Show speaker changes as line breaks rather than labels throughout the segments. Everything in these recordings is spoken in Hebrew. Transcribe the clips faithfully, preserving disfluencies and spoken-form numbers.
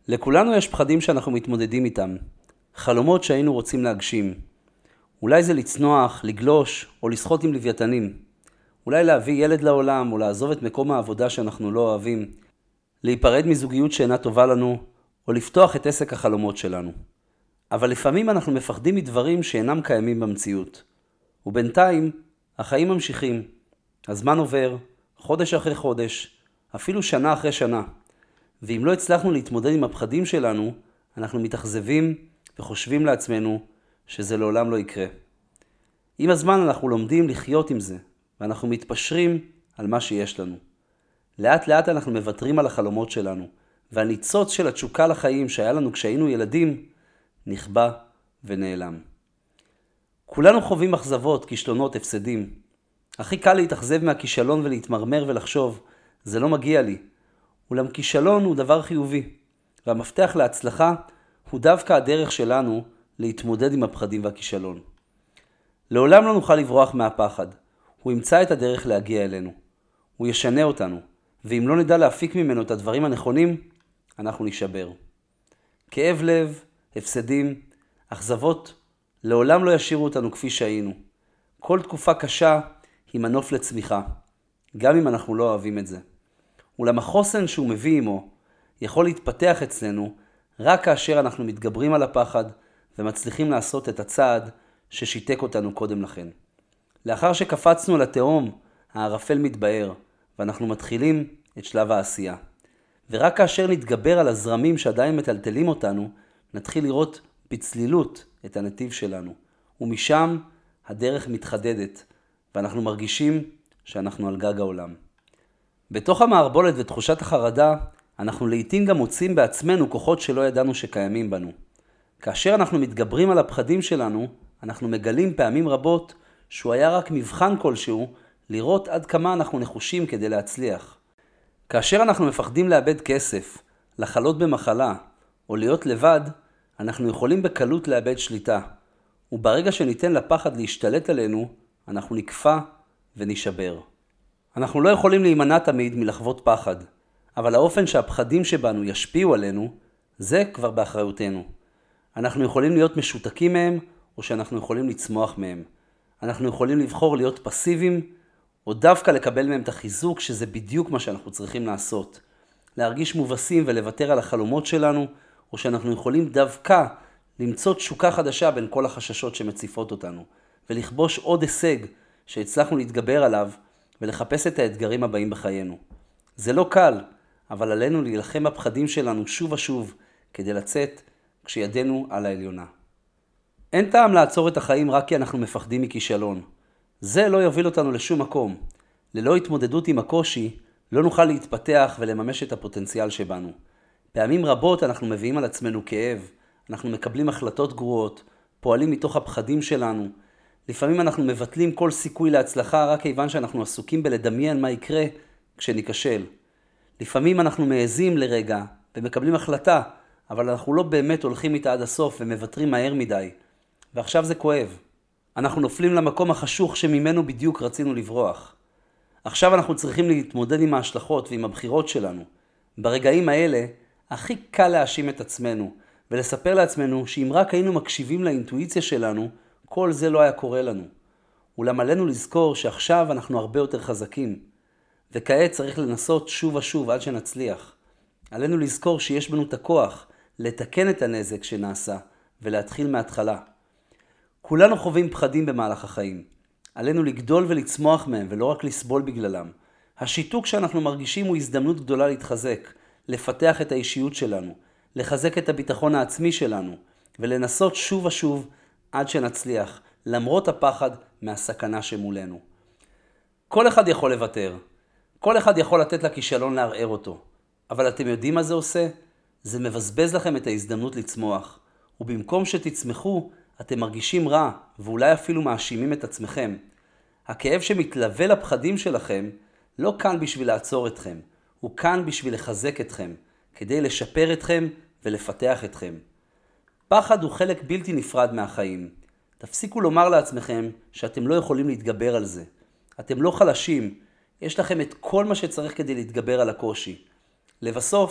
לכולנו יש פחדים שאנחנו מתמודדים איתם, חלומות שהיינו רוצים להגשים. אולי זה לצנוח, לגלוש או לשחות עם לוויתנים. אולי להביא ילד לעולם או לעזוב את מקום העבודה שאנחנו לא אוהבים, להיפרד מזוגיות שאינה טובה לנו או לפתוח את עסק החלומות שלנו. אבל לפעמים אנחנו מפחדים מדברים שאינם קיימים במציאות. ובינתיים החיים ממשיכים, הזמן עובר, חודש אחרי חודש, אפילו שנה אחרי שנה. ואם לא הצלחנו להתמודד עם הפחדים שלנו, אנחנו מתאכזבים וחושבים לעצמנו שזה לעולם לא יקרה. עם הזמן אנחנו לומדים לחיות עם זה, ואנחנו מתפשרים על מה שיש לנו. לאט לאט אנחנו מוותרים על החלומות שלנו, והניצוץ של התשוקה לחיים שהיה לנו כשהיינו ילדים, נכבה ונעלם. כולנו חווים אכזבות, כישלונות, הפסדים. הכי קל להתאכזב מהכישלון ולהתמרמר ולחשוב, זה לא מגיע לי. אולם כישלון הוא דבר חיובי, והמפתח להצלחה הוא דווקא הדרך שלנו להתמודד עם הפחדים והכישלון. לעולם לא נוכל לברוח מהפחד, הוא ימצא את הדרך להגיע אלינו. הוא ישנה אותנו, ואם לא נדע להפיק ממנו את הדברים הנכונים, אנחנו נשבר. כאב לב, הפסדים, אכזבות, לעולם לא ישאירו אותנו כפי שהיינו. כל תקופה קשה היא מנוף לצמיחה, גם אם אנחנו לא אוהבים את זה. אולם החוסן שהוא מביא עמו יכול להתפתח אצלנו רק כאשר אנחנו מתגברים על הפחד ומצליחים לעשות את הצעד ששיתק אותנו קודם לכן. לאחר שקפצנו לתהום, הערפל מתבהר ואנחנו מתחילים את שלב העשייה. ורק כאשר נתגבר על הזרמים שעדיין מטלטלים אותנו, נתחיל לראות בצלילות את הנתיב שלנו. ומשם הדרך מתחדדת ואנחנו מרגישים שאנחנו על גג העולם. בתוך המערבולת ותחושת החרדה, אנחנו לעתים גם מוצאים בעצמנו כוחות שלא ידענו שקיימים בנו. כאשר אנחנו מתגברים על הפחדים שלנו, אנחנו מגלים פעמים רבות שהוא היה רק מבחן כלשהו לראות עד כמה אנחנו נחושים כדי להצליח. כאשר אנחנו מפחדים לאבד כסף, לחלות במחלה או להיות לבד, אנחנו יכולים בקלות לאבד שליטה. וברגע שניתן לפחד להשתלט עלינו, אנחנו נקפא ונשבר. אנחנו לא יכולים להימנע תמיד מלחוות פחד, אבל האופן שהפחדים שבנו ישפיעו עלינו, זה כבר באחריותנו. אנחנו יכולים להיות משותקים מהם, או שאנחנו יכולים לצמוח מהם. אנחנו יכולים לבחור להיות פסיביים, או דווקא לקבל מהם את החיזוק, שזה בדיוק מה שאנחנו צריכים לעשות. להרגיש מובסים ולוותר על החלומות שלנו, או שאנחנו יכולים דווקא למצוא תשוקה חדשה בין כל החששות שמציפות אותנו, ולכבוש עוד הישג שהצלחנו להתגבר עליו, ולחפש את האתגרים הבאים בחיינו. זה לא קל, אבל עלינו להילחם בפחדים שלנו שוב ושוב, כדי לצאת כשידנו על העליונה. אין טעם לעצור את החיים רק כי אנחנו מפחדים מכישלון. זה לא יוביל אותנו לשום מקום. ללא התמודדות עם הקושי, לא נוכל להתפתח ולממש את הפוטנציאל שבנו. פעמים רבות אנחנו מביאים על עצמנו כאב, אנחנו מקבלים החלטות גרועות, פועלים מתוך הפחדים שלנו. לפעמים אנחנו מבטלים כל סיכוי להצלחה רק כיוון שאנחנו עסוקים בלדמיין מה יקרה כשניקשל. לפעמים אנחנו מעזים לרגע ומקבלים החלטה, אבל אנחנו לא באמת הולכים איתה עד הסוף ומוותרים מהר מדי. ועכשיו זה כואב. אנחנו נופלים למקום החשוך שממנו בדיוק רצינו לברוח. עכשיו אנחנו צריכים להתמודד עם ההשלכות ועם הבחירות שלנו. ברגעים האלה, הכי קל להאשים את עצמנו ולספר לעצמנו שאם רק היינו מקשיבים לאינטואיציה שלנו, כל זה לא היה קורה לנו. אולם עלינו לזכור שעכשיו אנחנו הרבה יותר חזקים. וכעת צריך לנסות שוב ושוב עד שנצליח. עלינו לזכור שיש בנו את הכוח לתקן את הנזק שנעשה ולהתחיל מההתחלה. כולנו חווים פחדים במהלך החיים. עלינו לגדול ולצמוח מהם ולא רק לסבול בגללם. השיתוק שאנחנו מרגישים הוא הזדמנות גדולה להתחזק, לפתח את האישיות שלנו, לחזק את הביטחון העצמי שלנו ולנסות שוב ושוב עד שנצליח, למרות הפחד מהסכנה שמולנו. כל אחד יכול לוותר. כל אחד יכול לתת לכישלון לערער אותו. אבל אתם יודעים מה זה עושה? זה מבזבז לכם את ההזדמנות לצמוח. ובמקום שתצמחו, אתם מרגישים רע, ואולי אפילו מאשימים את עצמכם. הכאב שמתלווה לפחדים שלכם לא כאן בשביל לעצור אתכם. הוא כאן בשביל לחזק אתכם, כדי לשפר אתכם ולפתח אתכם. פחד הוא חלק בלתי נפרד מהחיים. תפסיקו לומר לעצמכם שאתם לא יכולים להתגבר על זה. אתם לא חלשים, יש לכם את כל מה שצריך כדי להתגבר על הקושי. לבסוף,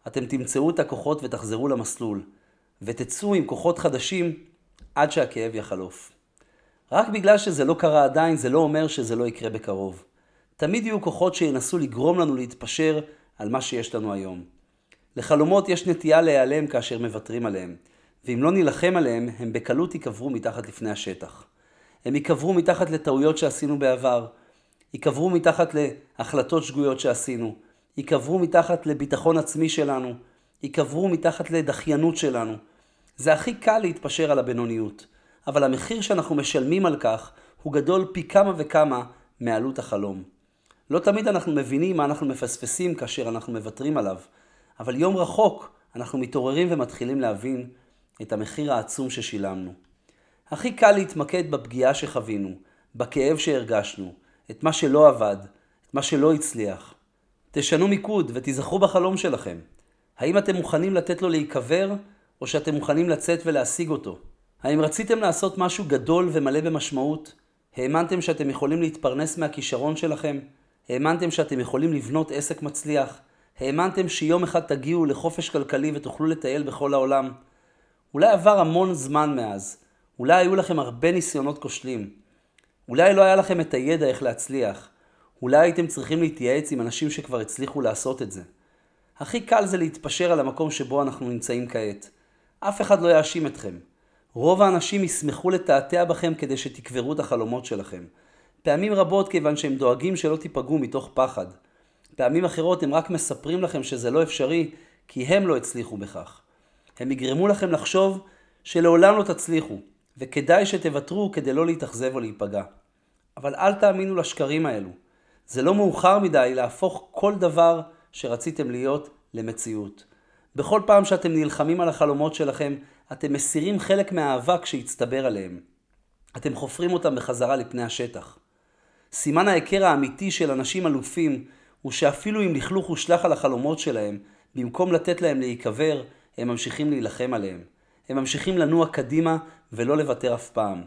אתם תמצאו את הכוחות ותחזרו למסלול, ותצאו עם כוחות חדשים עד שהכאב יחלוף. רק בגלל שזה לא קרה עדיין, זה לא אומר שזה לא יקרה בקרוב. תמיד יהיו כוחות שינסו לגרום לנו להתפשר על מה שיש לנו היום. לחלומות יש נטייה להיעלם כאשר מוותרים עליהם, ואם לא נילחם עליהם, הם בקלות יקברו מתחת לפני השטח. הם יקברו מתחת לטעויות שעשינו בעבר, יקברו מתחת להחלטות שגויות שעשינו, יקברו מתחת לביטחון עצמי שלנו, יקברו מתחת לדחיינות שלנו. זה הכי קל להתפשר על הבינוניות, אבל המחיר שאנחנו משלמים על כך הוא גדול פי כמה וכמה מעלות החלום. לא תמיד אנחנו מבינים מה אנחנו מפספסים כאשר אנחנו מוותרים עליו, אבל יום רחוק אנחנו מתעוררים ומתחילים להבין את המחיר העצום ששילמנו. הכי קל להתמקד בפגיעה שחווינו, בכאב שהרגשנו, את מה שלא עבד, את מה שלא הצליח. תשנו מיקוד ותיזכרו בחלום שלכם. האם אתם מוכנים לתת לו להיקבר, או שאתם מוכנים לצאת ולהשיג אותו? האם רציתם לעשות משהו גדול ומלא במשמעות? האמנתם שאתם יכולים להתפרנס מהכישרון שלכם? האמנתם שאתם יכולים לבנות עסק מצליח? האמנתם שיום אחד תגיעו לחופש כלכלי ותוכלו לטייל בכל העולם? אולי עבר המון זמן מאז. אולי היו לכם הרבה ניסיונות כושלים. אולי לא היה לכם את הידע איך להצליח. אולי הייתם צריכים להתייעץ עם אנשים שכבר הצליחו לעשות את זה. הכי קל זה להתפשר על המקום שבו אנחנו נמצאים כעת. אף אחד לא יאשים אתכם. רוב האנשים ישמחו לתעתע בכם כדי שתקברו את החלומות שלכם. פעמים רבות כיוון שהם דואגים שלא תיפגעו מתוך פחד. פעמים אחרות הם רק מספרים לכם שזה לא אפשרי כי הם לא הצליחו בכך. הם יגרמו לכם לחשוב שלעולם לא תצליחו, וכדאי שתוותרו כדי לא להתאכזב או להיפגע. אבל אל תאמינו לשקרים האלו. זה לא מאוחר מדי להפוך כל דבר שרציתם להיות למציאות. בכל פעם שאתם נלחמים על החלומות שלכם, אתם מסירים חלק מהאבק שהצטבר עליהם. אתם חופרים אותם בחזרה לפני השטח. סימן ההיכר האמיתי של אנשים אלופים הוא שאפילו אם לכלוך ושלח על החלומות שלהם, במקום לתת להם להיקבר, הם ממשיכים להילחם עליהם. הם ממשיכים לנוע קדימה ולא לוותר אף פעם.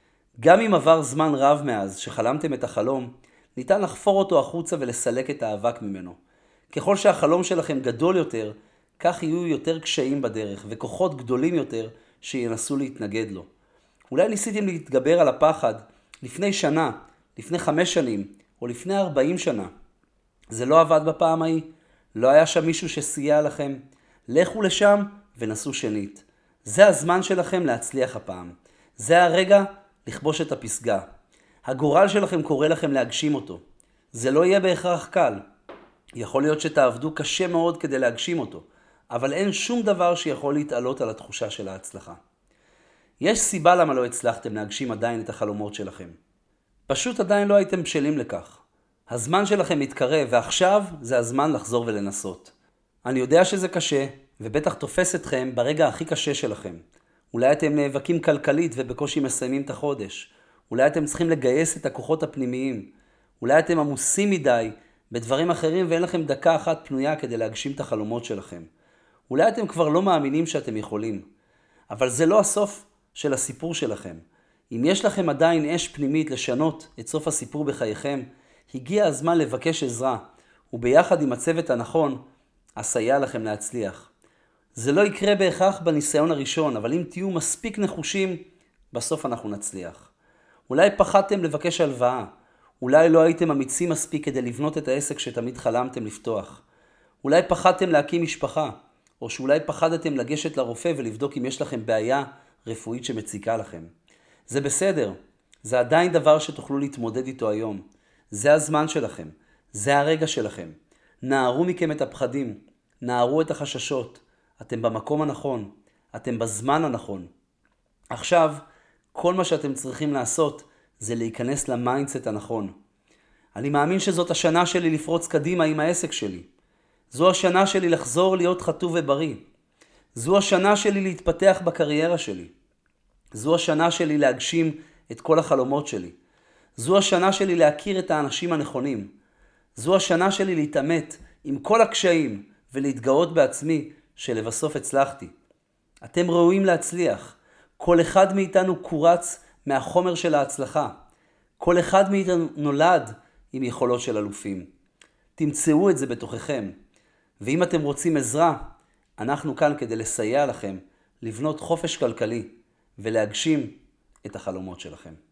גם אם עבר זמן רב מאז שחלמתם את החלום, ניתן לחפור אותו החוצה ולסלק את האבק ממנו. ככל שהחלום שלכם גדול יותר, כך יהיו יותר קשיים בדרך וכוחות גדולים יותר שינסו להתנגד לו. אולי ניסיתם להתגבר על הפחד לפני שנה, לפני חמש שנים או לפני ארבעים שנה. זה לא עבד בפעם ההיא, לא היה שם מישהו שסייע לכם. לכו לשם ונסו שנית. זה הזמן שלכם להצליח הפעם. זה הרגע לכבוש את הפסגה. הגורל שלכם קורא לכם להגשים אותו. זה לא יהיה בהכרח קל. יכול להיות שתעבדו קשה מאוד כדי להגשים אותו, אבל אין שום דבר שיכול להתעלות על התחושה של ההצלחה. יש סיבה למה לא הצלחתם להגשים עדיין את החלומות שלכם. פשוט עדיין לא הייתם בשלים לכך. הזמן שלכם מתקרב ועכשיו זה הזמן לחזור ולנסות. אני יודע שזה קשה ובטח תופס אתכם ברגע הכי קשה שלכם. אולי אתם נאבקים כלכלית ובקושי מסיימים את החודש. אולי אתם צריכים לגייס את הכוחות הפנימיים. אולי אתם עמוסים מדי בדברים אחרים ואין לכם דקה אחת פנויה כדי להגשים את החלומות שלכם. אולי אתם כבר לא מאמינים שאתם יכולים. אבל זה לא הסוף של הסיפור שלכם. אם יש לכם עדיין אש פנימית לשנות את סוף הסיפור בחייכם, הגיע הזמן לבקש עזרה, וביחד עם הצוות הנכון, אסייע לכם להצליח. זה לא יקרה בהכרח בניסיון הראשון, אבל אם תהיו מספיק נחושים, בסוף אנחנו נצליח. אולי פחדתם לבקש הלוואה, אולי לא הייתם אמיצים מספיק כדי לבנות את העסק שתמיד חלמתם לפתוח. אולי פחדתם להקים משפחה, או שאולי פחדתם לגשת לרופא ולבדוק אם יש לכם בעיה רפואית שמציקה לכם. זה בסדר, זה עדיין דבר שתוכלו להתמודד איתו היום. זה הזמן שלכם, זה הרגע שלכם. נערו מכם את הפחדים, נערו את החששות. אתם במקום הנכון, אתם בזמן הנכון. עכשיו, כל מה שאתם צריכים לעשות זה להיכנס למיינדסט הנכון. אני מאמין שזאת השנה שלי לפרוץ קדימה עם העסק שלי. זו השנה שלי לחזור להיות חטוב ובריא. זו השנה שלי להתפתח בקריירה שלי. זו השנה שלי להגשים את כל החלומות שלי. זו השנה שלי להכיר את האנשים הנכונים. זו השנה שלי להתאמת עם כל הקשיים ולהתגאות בעצמי שלבסוף הצלחתי. אתם ראויים להצליח. כל אחד מאיתנו קורץ מהחומר של ההצלחה. כל אחד מאיתנו נולד עם יכולות של אלופים. תמצאו את זה בתוככם. ואם אתם רוצים עזרה, אנחנו כאן כדי לסייע לכם לבנות חופש כלכלי ולהגשים את החלומות שלכם.